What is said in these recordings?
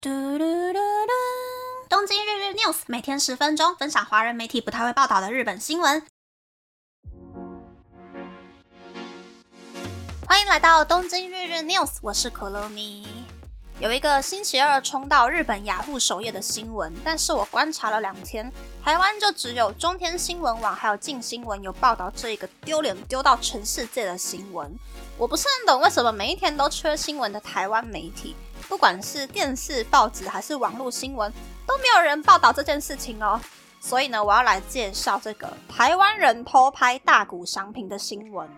东京日日 News 每天10分钟，分享华人媒体不太会报道的日本新闻。欢迎来到东京日日 News， 我是可乐咪。有一个星期二冲到日本雅虎首页的新闻，但是我观察了2天，台湾就只有中天新闻网还有镜新闻有报道这一个丢脸丢到全世界的新闻。我不是很懂为什么每一天都缺新闻的台湾媒体，不管是电视、报纸还是网络新闻，都没有人报道这件事情哦。所以呢，我要来介绍这个台湾人偷拍大谷翔平的新闻。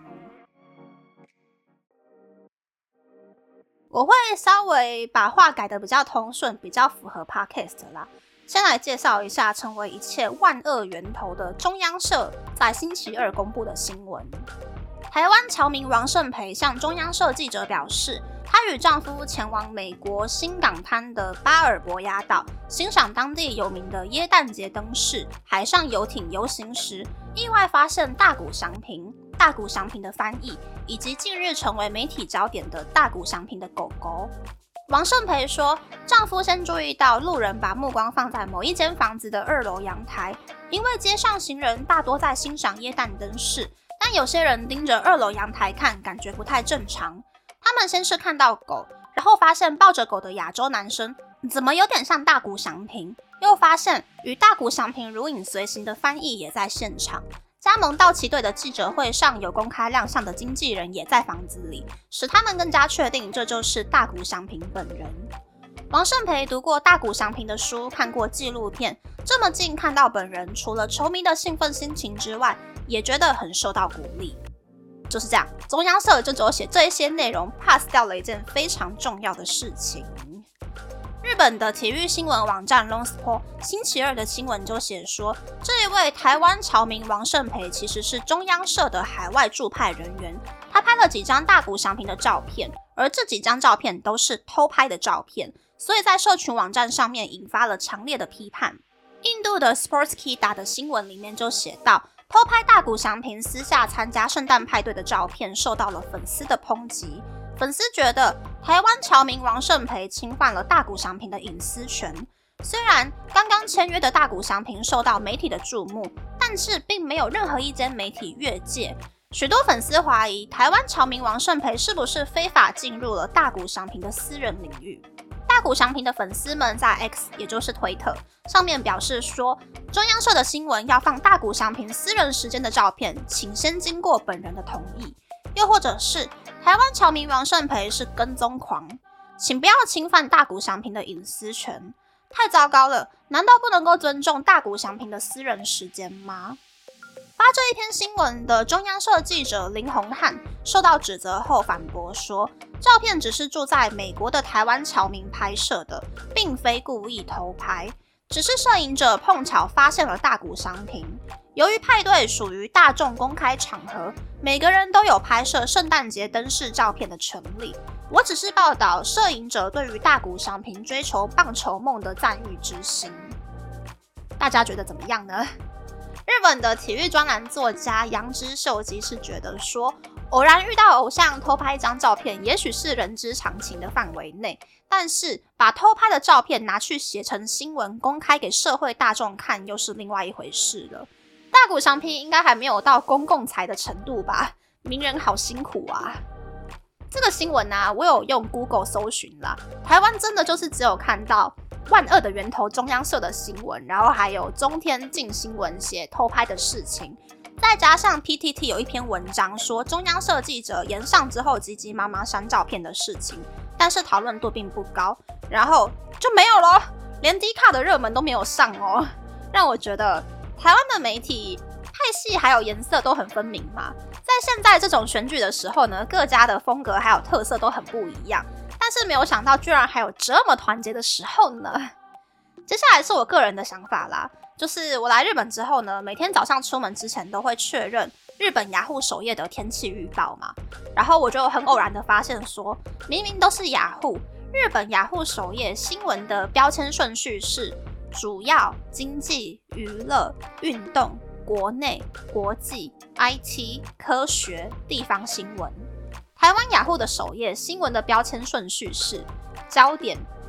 我会稍微把话改得比较通顺，比较符合 podcast 啦。先来介绍一下成为一切万恶源头的中央社在星期二公布的新闻。台湾侨民王胜培向中央社记者表示，她与丈夫前往美国新港滩的巴尔博亚岛，欣赏当地有名的耶诞节灯饰，海上游艇游行时，意外发现大谷翔平的翻译，以及近日成为媒体焦点的大谷翔平的狗狗。王胜培说，丈夫先注意到路人把目光放在某一间房子的2楼阳台，因为街上行人大多在欣赏耶诞灯饰，但有些人盯着2楼阳台看，感觉不太正常。他们先是看到狗，然后发现抱着狗的亚洲男生怎么有点像大谷翔平，又发现与大谷翔平如影随形的翻译也在现场。加盟道奇队的记者会上有公开亮相的经纪人也在房子里，使他们更加确定这就是大谷翔平本人。王胜培读过大谷翔平的书，看过纪录片，这么近看到本人，除了球迷的兴奋心情之外，也觉得很受到鼓励。就是这样，中央社就只有写这一些内容 pass 掉了一件非常重要的事情。日本的体育新闻网站 Longsport 星期二的新闻就写说，这一位台湾侨民王胜培其实是中央社的海外驻派人员，他拍了几张大谷翔平的照片，而这几张照片都是偷拍的照片，所以在社群网站上面引发了强烈的批判。印度的 Sportskeeda 的新闻里面就写到，偷拍大谷翔平私下参加圣诞派对的照片受到了粉丝的抨击。粉丝觉得台湾侨民王胜培侵犯了大谷翔平的隐私权。虽然刚刚签约的大谷翔平受到媒体的注目，但是并没有任何一间媒体越界。许多粉丝怀疑台湾侨民王胜培是不是非法进入了大谷翔平的私人领域。大谷翔平的粉丝们在 X 也就是推特上面表示说，中央社的新闻要放大谷翔平私人时间的照片，请先经过本人的同意。又或者是台湾侨民王胜培是跟踪狂，请不要侵犯大谷翔平的隐私权。太糟糕了，难道不能够尊重大谷翔平的私人时间吗？发这一篇新闻的中央社记者林宏汉受到指责后反驳说，照片只是住在美国的台湾侨民拍摄的，并非故意偷拍，只是摄影者碰巧发现了大谷翔平。由于派对属于大众公开场合，每个人都有拍摄圣诞节灯饰照片的权利。我只是报道摄影者对于大谷翔平追求棒球梦的赞誉之心。大家觉得怎么样呢？日本的体育专栏作家杨之秀基是觉得说，偶然遇到偶像偷拍一张照片，也许是人之常情的范围内，但是把偷拍的照片拿去写成新闻，公开给社会大众看，又是另外一回事了。大谷翔平应该还没有到公共财的程度吧？名人好辛苦啊！这个新闻啊，我有用 Google 搜寻啦，台湾真的就是只有看到万恶的源头中央社的新闻，然后还有中天镜新闻写偷拍的事情，再加上 PTT 有一篇文章说中央社记者延上之后急急忙忙删照片的事情，但是讨论度并不高，然后就没有咯，连 Dcard 的热门都没有上哦，让我觉得台湾的媒体派系还有颜色都很分明嘛。在现在这种选举的时候呢，各家的风格还有特色都很不一样，但是没有想到居然还有这么团结的时候呢。接下来是我个人的想法啦，就是我来日本之后呢，每天早上出门之前都会确认日本雅虎首页的天气预报嘛，然后我就很偶然的发现说，明明都是雅虎，日本雅虎首页新闻的标签顺序是主要、经济、娱乐、运动、国内、国际、IT、科学、地方新闻。台湾雅虎的首页新闻的标签顺序是焦点、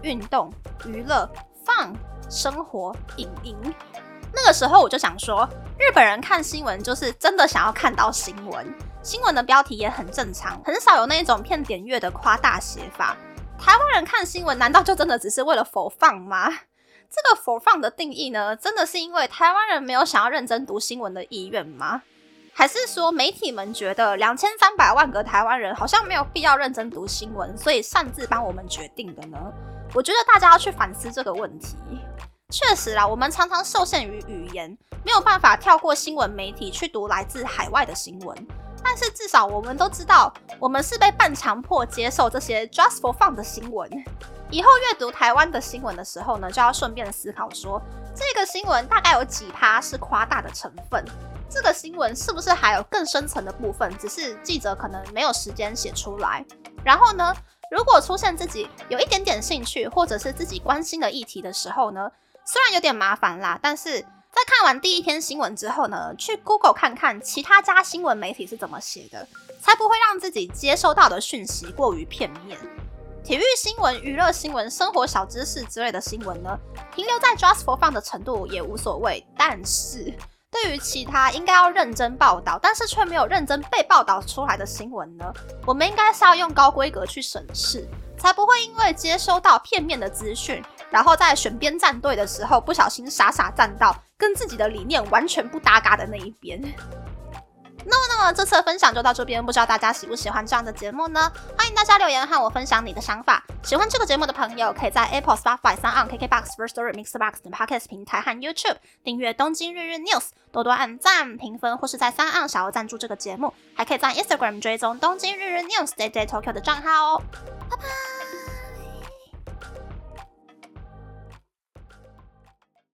运动、娱乐、fun、生活、影音。那个时候我就想说，日本人看新闻就是真的想要看到新闻，新闻的标题也很正常，很少有那种骗点阅的夸大写法。台湾人看新闻难道就真的只是为了for fun吗？这个for fun的定义呢，真的是因为台湾人没有想要认真读新闻的意愿吗？还是说媒体们觉得2300万个台湾人好像没有必要认真读新闻，所以擅自帮我们决定的呢？我觉得大家要去反思这个问题。确实啦，我们常常受限于语言，没有办法跳过新闻媒体去读来自海外的新闻。但是至少我们都知道，我们是被半强迫接受这些 just for fun 的新闻。以后阅读台湾的新闻的时候呢，就要顺便思考说，这个新闻大概有几%是夸大的成分？这个新闻是不是还有更深层的部分，只是记者可能没有时间写出来？然后呢，如果出现自己有一点点兴趣，或者是自己关心的议题的时候呢，虽然有点麻烦啦，但是在看完第一篇新闻之后呢，去 Google 看看其他家新闻媒体是怎么写的，才不会让自己接收到的讯息过于片面。体育新闻、娱乐新闻、生活小知识之类的新闻呢，停留在 just for fun 的程度也无所谓。但是对于其他应该要认真报道，但是却没有认真被报道出来的新闻呢，我们应该是要用高规格去审视，才不会因为接收到片面的资讯，然后在选边站队的时候不小心傻傻站到跟自己的理念完全不搭嘎的那一边。那么这次的分享就到这边，不知道大家喜不喜欢这样的节目呢？欢迎大家留言和我分享你的想法。喜欢这个节目的朋友，可以在 Apple、Spotify、SoundOn、KKBox、Firstory、Mixerbox 等 Podcast 平台和 YouTube 订阅东京日日 News， 多多按赞、评分，或是在SoundOn想要赞助这个节目，还可以在 Instagram 追踪东京日日 News Day Day Tokyo 的账号哦。拜拜。